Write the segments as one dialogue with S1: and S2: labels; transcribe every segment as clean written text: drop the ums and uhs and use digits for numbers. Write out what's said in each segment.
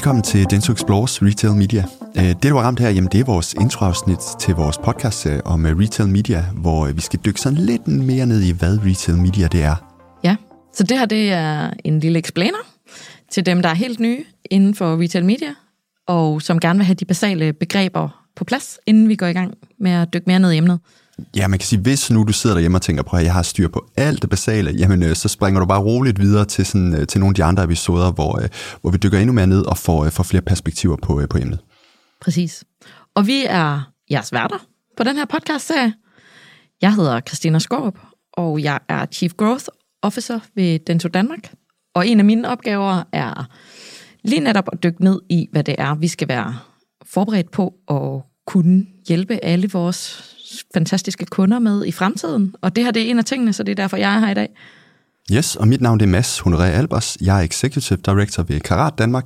S1: Velkommen til Dentsu Explores Retail Media. Det, du har ramt her, jamen, det er vores introafsnit til vores podcast om retail media, hvor vi skal dykke sådan lidt mere ned i, hvad retail media det er.
S2: Ja, så det her det er en lille explainer til dem, der er helt nye inden for retail media, og som gerne vil have de basale begreber på plads, inden vi går i gang med at dykke mere ned i emnet.
S1: Ja, man kan sige, hvis nu du sidder derhjemme og tænker på, at jeg har styr på alt det basale, jamen så springer du bare roligt videre til nogle af de andre episoder, hvor vi dykker endnu mere ned og får flere perspektiver på emnet.
S2: Præcis. Og vi er jeres værter på den her podcast-serie. Jeg hedder Christina Skaarup, og jeg er Chief Growth Officer ved Dentsu Danmark. Og en af mine opgaver er lige netop at dykke ned i, hvad det er, vi skal være forberedt på og kunne hjælpe alle vores fantastiske kunder med i fremtiden. Og det her, det er en af tingene, så det er derfor, jeg er her i dag.
S1: Yes, og mit navn det er Mads Honoré Albers. Jeg er Executive Director ved Karat Danmark,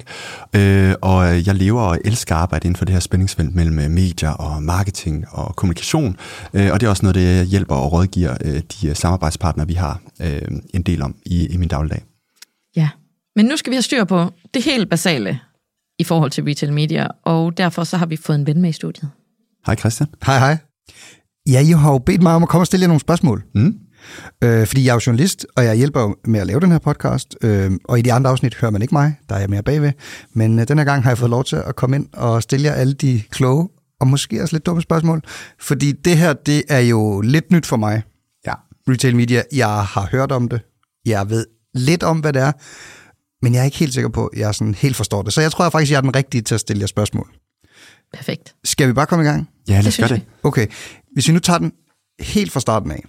S1: og jeg lever og elsker at arbejde inden for det her spændingsfelt mellem medier og marketing og kommunikation. Og det er også noget, det jeg hjælper og rådgiver de samarbejdspartnere, vi har en del om i min dagligdag. Ja,
S2: men nu skal vi have styr på det helt basale i forhold til retail media, og derfor så har vi fået en ven med i studiet.
S1: Hej Christian.
S3: Hej. Ja, I har jo bedt mig om at komme og stille jer nogle spørgsmål. Fordi jeg er jo journalist, og jeg hjælper med at lave den her podcast. Og i de andre afsnit hører man ikke mig, der er jeg mere bagved. Men den her gang har jeg fået lov til at komme ind og stille jer alle de kloge, og måske også lidt dumme spørgsmål. Fordi det her, det er jo lidt nyt for mig.
S1: Ja.
S3: Retail media, jeg har hørt om det. Jeg ved lidt om, hvad det er. Men jeg er ikke helt sikker på, at jeg sådan helt forstår det. Så jeg tror faktisk, jeg er den rigtige til at stille jer spørgsmål.
S2: Perfekt.
S3: Skal vi bare komme i gang?
S1: Ja, lad os gøre det.
S3: Okay, hvis vi nu tager den helt fra starten af,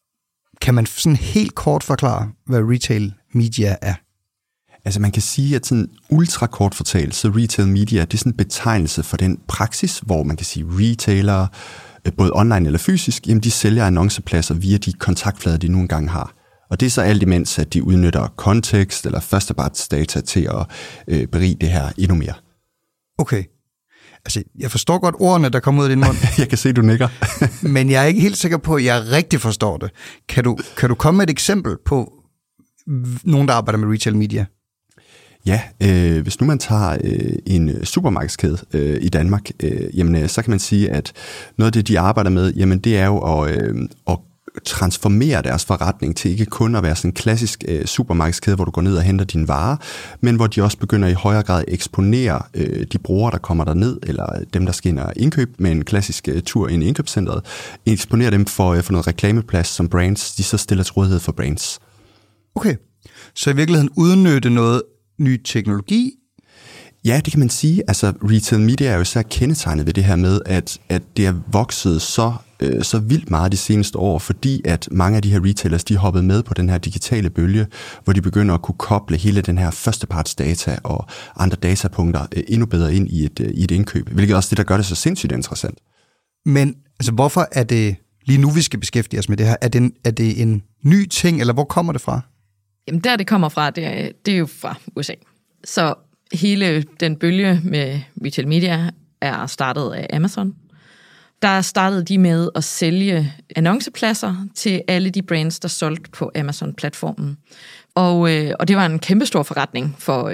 S3: kan man sådan helt kort forklare, hvad retail media er?
S1: Altså man kan sige, at sådan ultrakort fortalt, så retail media, det er sådan en betegnelse for den praksis, hvor man kan sige retailere, både online eller fysisk, jamen de sælger annoncepladser via de kontaktflader, de nu engang har. Og det er så alt imens, at de udnytter kontekst eller førstepartsdata til at berige det her endnu mere.
S3: Okay. Altså, jeg forstår godt ordene, der kommer ud af din mund.
S1: Jeg kan se, du nikker.
S3: Men jeg er ikke helt sikker på, at jeg rigtig forstår det. Kan du komme med et eksempel på nogen, der arbejder med retail media?
S1: Ja, hvis nu man tager en supermarkedskæde i Danmark, jamen, så kan man sige, at noget af det, de arbejder med, jamen, det er jo at transformere deres forretning til ikke kun at være sådan en klassisk supermarkedskæde, hvor du går ned og henter dine varer, men hvor de også begynder i højere grad at eksponere de brugere, der kommer der ned, eller dem, der skal ind og indkøbe med en klassisk tur ind i indkøbscentret, eksponere dem for noget reklameplads, som brands, de så stiller til rådighed for brands.
S3: Okay, så i virkeligheden udnytte noget ny teknologi?
S1: Ja, det kan man sige. Altså, retail media er jo så kendetegnet ved det her med, at det er vokset så vildt meget de seneste år, fordi at mange af de her retailers, de er hoppet med på den her digitale bølge, hvor de begynder at kunne koble hele den her førstepartsdata og andre datapunkter endnu bedre ind i et indkøb, hvilket også det, der gør det så sindssygt interessant.
S3: Men altså, hvorfor er det lige nu, vi skal beskæftige os med det her? Er det en ny ting, eller hvor kommer det fra?
S2: Jamen, der det kommer fra, det er jo fra USA. Så hele den bølge med retail media er startet af Amazon. Der startede de med at sælge annoncepladser til alle de brands, der solgte på Amazon-platformen. Og det var en kæmpestor forretning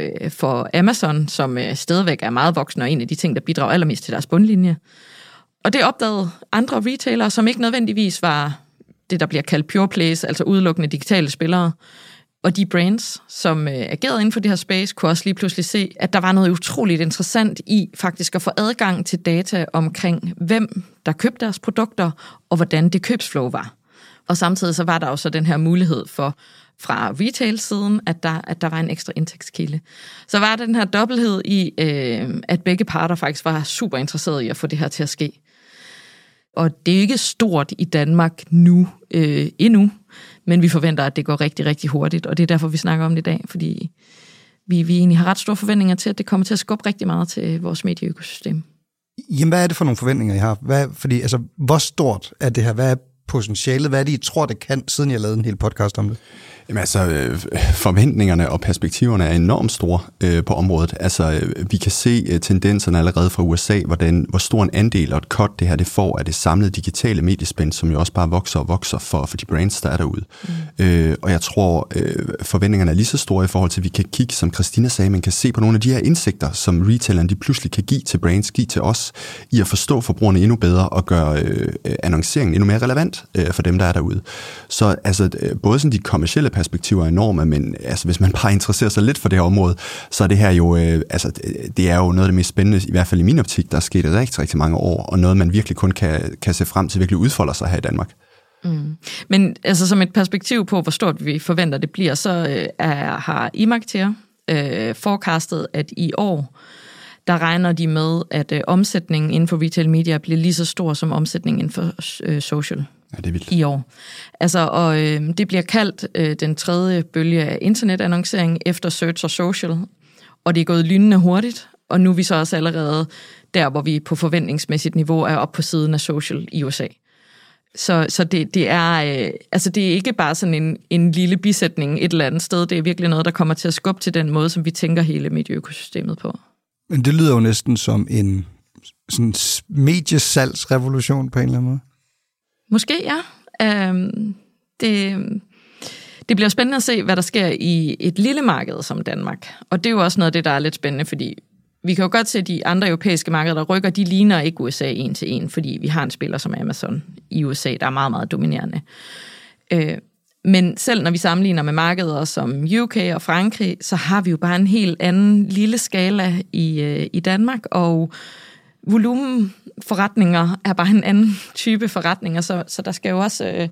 S2: for Amazon, som stadigvæk er meget voksende og en af de ting, der bidrager allermest til deres bundlinje. Og det opdagede andre retailere, som ikke nødvendigvis var det, der bliver kaldt pure plays, altså udelukkende digitale spillere. Og de brands, som agerede inden for det her space, kunne også lige pludselig se, at der var noget utroligt interessant i faktisk at få adgang til data omkring, hvem der købte deres produkter, og hvordan det købsflow var. Og samtidig så var der også den her mulighed for, fra retail-siden, at der var en ekstra indtægtskilde. Så var der den her dobbelthed i, at begge parter faktisk var super interesserede i at få det her til at ske. Og det er ikke stort i Danmark nu endnu, men vi forventer, at det går rigtig, rigtig hurtigt, og det er derfor, vi snakker om det i dag, fordi vi egentlig har ret store forventninger til, at det kommer til at skubbe rigtig meget til vores medieøkosystem.
S3: Jamen, hvad er det for nogle forventninger, I har? Hvor stort er det her? Hvad er potentialet? Hvad er det, I tror, det kan, siden jeg lavede en hel podcast om det?
S1: Jamen altså, forventningerne og perspektiverne er enormt store på området. Altså, vi kan se tendenserne allerede fra USA, hvor stor en andel og et cut det her det får af det samlede digitale mediespænd, som jo også bare vokser og vokser for de brands, der er derude. Og jeg tror, forventningerne er lige så store i forhold til, at vi kan kigge, som Christina sagde, man kan se på nogle af de her indsigter, som retailerne de pludselig kan give til brands, give til os, i at forstå forbrugerne endnu bedre og gøre annonceringen endnu mere relevant for dem, der er derude. Så altså, både sådan de kommercielle perspektiver er enorme, men altså, hvis man bare interesserer sig lidt for det her område, så er det her jo, det er jo noget af det mest spændende, i hvert fald i min optik, der er sket i rigtig, rigtig mange år, og noget, man virkelig kun kan se frem til, virkelig udfolder sig her i Danmark.
S2: Men altså, som et perspektiv på, hvor stort vi forventer, det bliver, så har eMarketer forecastet, at i år, der regner de med, at omsætningen inden for retail media bliver lige så stor som omsætningen inden for social.
S1: Ja, det er vildt.
S2: I år. Altså, og det bliver kaldt den tredje bølge af internetannoncering efter search og social, og det er gået lynende hurtigt, og nu er vi så også allerede der, hvor vi på forventningsmæssigt niveau er oppe på siden af social i USA. Så det er det er ikke bare sådan en lille bisætning et eller andet sted, det er virkelig noget, der kommer til at skubbe til den måde, som vi tænker hele medieøkosystemet på. Men
S3: det lyder jo næsten som en sådan mediesalgsrevolution på en eller anden måde.
S2: Måske, ja. Det bliver spændende at se, hvad der sker i et lille marked som Danmark. Og det er jo også noget af det, der er lidt spændende, fordi vi kan jo godt se, at de andre europæiske markeder, der rykker, de ligner ikke USA en til en, fordi vi har en spiller som Amazon i USA, der er meget, meget dominerende. Men selv når vi sammenligner med markeder som UK og Frankrig, så har vi jo bare en helt anden lille skala i Danmark, og volumenforretninger er bare en anden type forretninger, så der skal jo også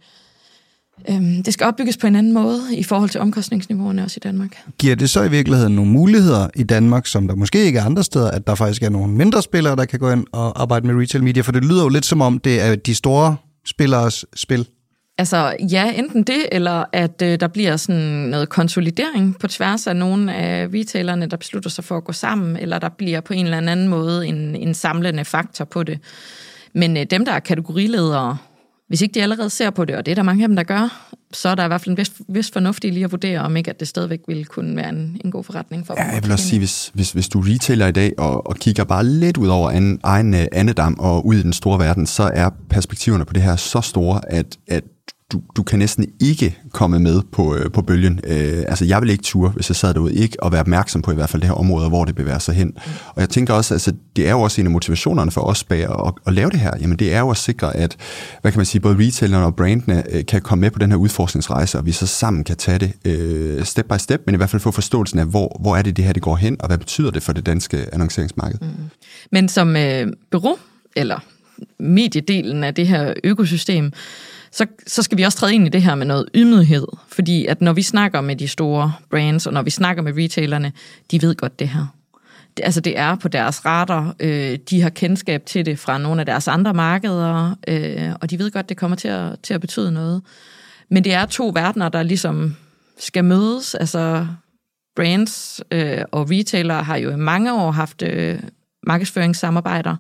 S2: det skal opbygges på en anden måde i forhold til omkostningsniveauerne også i Danmark.
S3: Giver det så i virkeligheden nogle muligheder i Danmark, som der måske ikke er andre steder, at der faktisk er nogle mindre spillere, der kan gå ind og arbejde med retail media? For det lyder jo lidt som om, det er de store spilleres spil.
S2: Altså ja, enten det, eller at der bliver sådan noget konsolidering på tværs af nogle af retailerne, der beslutter sig for at gå sammen, eller der bliver på en eller anden måde en samlende faktor på det. Men dem, der er kategoriledere, hvis ikke de allerede ser på det, og det er der mange af dem, der gør, så er der i hvert fald en vis fornuft i lige at vurdere, om ikke at det stadigvæk ville kunne være en god forretning for dem.
S1: Ja, jeg vil også sige, hvis du retailer i dag og kigger bare lidt ud over egen andedam og ud i den store verden, så er perspektiverne på det her så store, at du kan næsten ikke komme med på bølgen. Altså, jeg vil ikke ture, hvis jeg sad derude, ikke at være opmærksom på i hvert fald det her område, hvor det bevæger sig hen. Og jeg tænker også, altså, det er jo også en af motivationerne for os bag at lave det her. Jamen, det er jo at sikre, at, hvad kan man sige, både retailerne og brandene kan komme med på den her udforskningsrejse, og vi så sammen kan tage det step by step, men i hvert fald få forståelsen af, hvor er det her, det går hen, og hvad betyder det for det danske annonceringsmarked.
S2: Men som bureau, eller mediedelen af det her økosystem, så skal vi også træde ind i det her med noget ydmyghed, fordi at når vi snakker med de store brands, og når vi snakker med retailerne, de ved godt det her. Det er på deres radar, de har kendskab til det fra nogle af deres andre markeder, og de ved godt, det kommer til at betyde noget. Men det er to verdener, der ligesom skal mødes. Altså brands og retailer har jo i mange år haft markedsføringssamarbejder,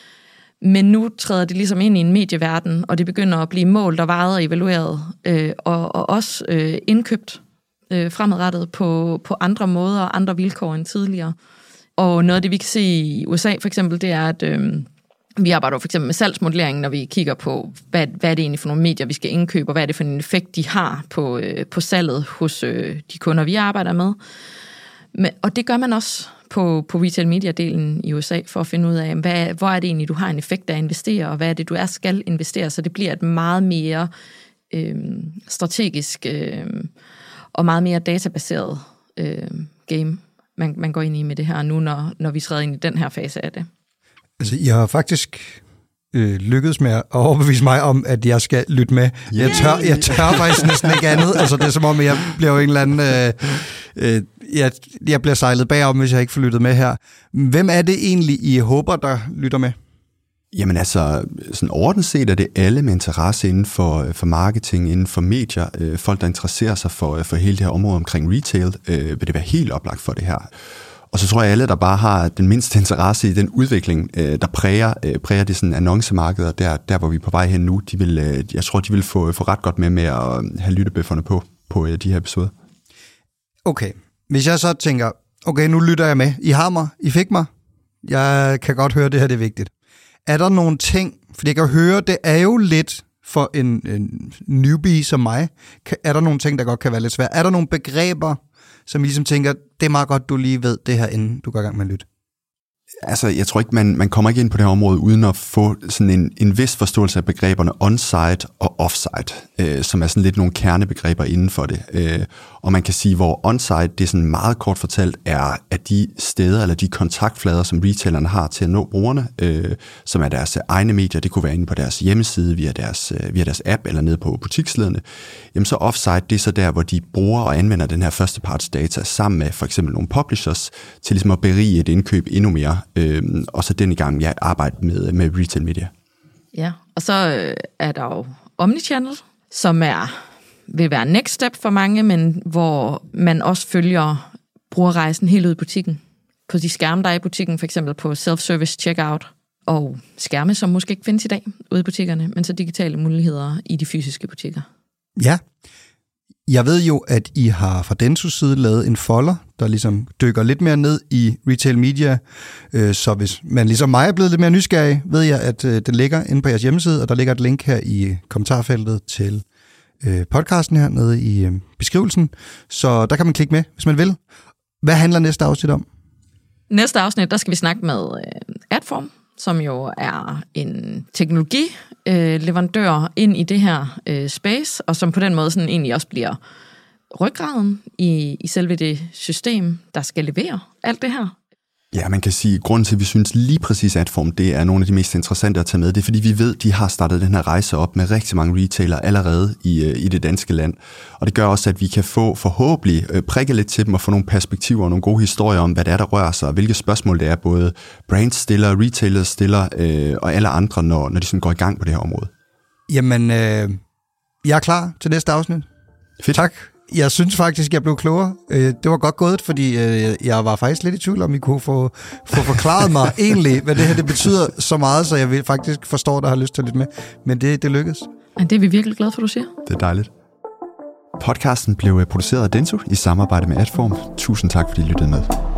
S2: men nu træder det ligesom ind i en medieverden, og det begynder at blive målt og vejet og evalueret, og også indkøbt fremadrettet på andre måder og andre vilkår end tidligere. Og noget af det, vi kan se i USA for eksempel, det er, at vi arbejder for eksempel med salgsmodellering, når vi kigger på, hvad er det egentlig for nogle medier, vi skal indkøbe, og hvad er det for en effekt, de har på salget hos de kunder, vi arbejder med. Og det gør man også på retail media-delen i USA, for at finde ud af, hvor er det egentlig, du har en effekt af at investere, og hvad er det, du skal investere, så det bliver et meget mere strategisk og meget mere databaseret game, man går ind i med det her nu, når vi træder ind i den her fase af det. Altså,
S3: jeg har faktisk lykkedes med at overbevise mig om, at jeg skal lytte med. Jeg tør faktisk næsten ikke andet. Altså, det er som om, jeg bliver jo en eller anden... Jeg bliver sejlet bagom, hvis jeg ikke får lyttet med her. Hvem er det egentlig, I håber, der lytter med?
S1: Jamen altså, sådan overordnet set er det alle med interesse inden for marketing, inden for medier. Folk, der interesserer sig for hele det her område omkring retail, vil det være helt oplagt for det her. Og så tror jeg alle, der bare har den mindste interesse i den udvikling, der præger det sådan annoncemarked, og der hvor vi er på vej hen nu, jeg tror, de vil få ret godt med at have lyttebøfferne på. på de her episoder.
S3: Okay, hvis jeg så tænker, okay, nu lytter jeg med. I har mig, I fik mig. Jeg kan godt høre, det her det er vigtigt. Er der nogle ting, fordi jeg kan høre, det er jo lidt for en newbie som mig, er der nogle ting, der godt kan være lidt svært? Er der nogle begreber, som I ligesom tænker, det er meget godt, du lige ved det her, inden du går i gang med at lytte?
S1: Altså, jeg tror ikke, man kommer ikke ind på det her område, uden at få sådan en vis forståelse af begreberne on-site og off-site, som er sådan lidt nogle kernebegreber inden for det. Og man kan sige, hvor on-site, det er sådan meget kort fortalt, er de steder eller de kontaktflader, som retailerne har til at nå brugerne, som er deres egne medier. Det kunne være inde på deres hjemmeside, via deres app eller nede på butikslederne. Jamen så off-site, det er så der, hvor de bruger og anvender den her førsteparts data sammen med for eksempel nogle publishers, til ligesom at berige et indkøb endnu mere. Og så den i gang, jeg arbejder med retail media.
S2: Ja, og så er der jo Omnichannel, som vil være next step for mange, men hvor man også følger brugerrejsen helt ud i butikken. På de skærme, der er i butikken, for eksempel på self-service checkout, og skærme, som måske ikke findes i dag ude i butikkerne, men så digitale muligheder i de fysiske butikker.
S3: Ja, jeg ved jo, at I har fra Densos side lavet en folder, der ligesom dykker lidt mere ned i retail media. Så hvis man ligesom mig er blevet lidt mere nysgerrig, ved jeg, at den ligger inde på jeres hjemmeside, og der ligger et link her i kommentarfeltet til podcasten her nede i beskrivelsen. Så der kan man klikke med, hvis man vil. Hvad handler næste afsnit om?
S2: Næste afsnit, der skal vi snakke med Adform, som jo er en teknologileverandør ind i det her space, og som på den måde sådan egentlig også bliver ryggraden i selve det system, der skal levere alt det her.
S1: Ja, man kan sige, at grunden til, at vi synes lige præcis Adform, det er nogle af de mest interessante at tage med, det er, fordi vi ved, at de har startet den her rejse op med rigtig mange retailer allerede i det danske land. Og det gør også, at vi kan få forhåbentlig prikke lidt til dem og få nogle perspektiver og nogle gode historier om, hvad det er, der rører sig, og hvilke spørgsmål det er, både brands stiller, retailers stiller og alle andre, når de sådan går i gang på det her område.
S3: Jamen, jeg er klar til næste afsnit.
S1: Fedt.
S3: Tak. Jeg synes faktisk, jeg blev klogere. Det var godt gået, fordi jeg var faktisk lidt i tvivl om, I kunne få forklaret mig egentlig, hvad det her det betyder så meget, så jeg faktisk forstår, der har lyst til at lytte med. Men det lykkedes.
S2: Det er vi virkelig glade for, du siger.
S1: Det er dejligt. Podcasten blev produceret af Denso i samarbejde med Adform. Tusind tak, fordi I lyttede med.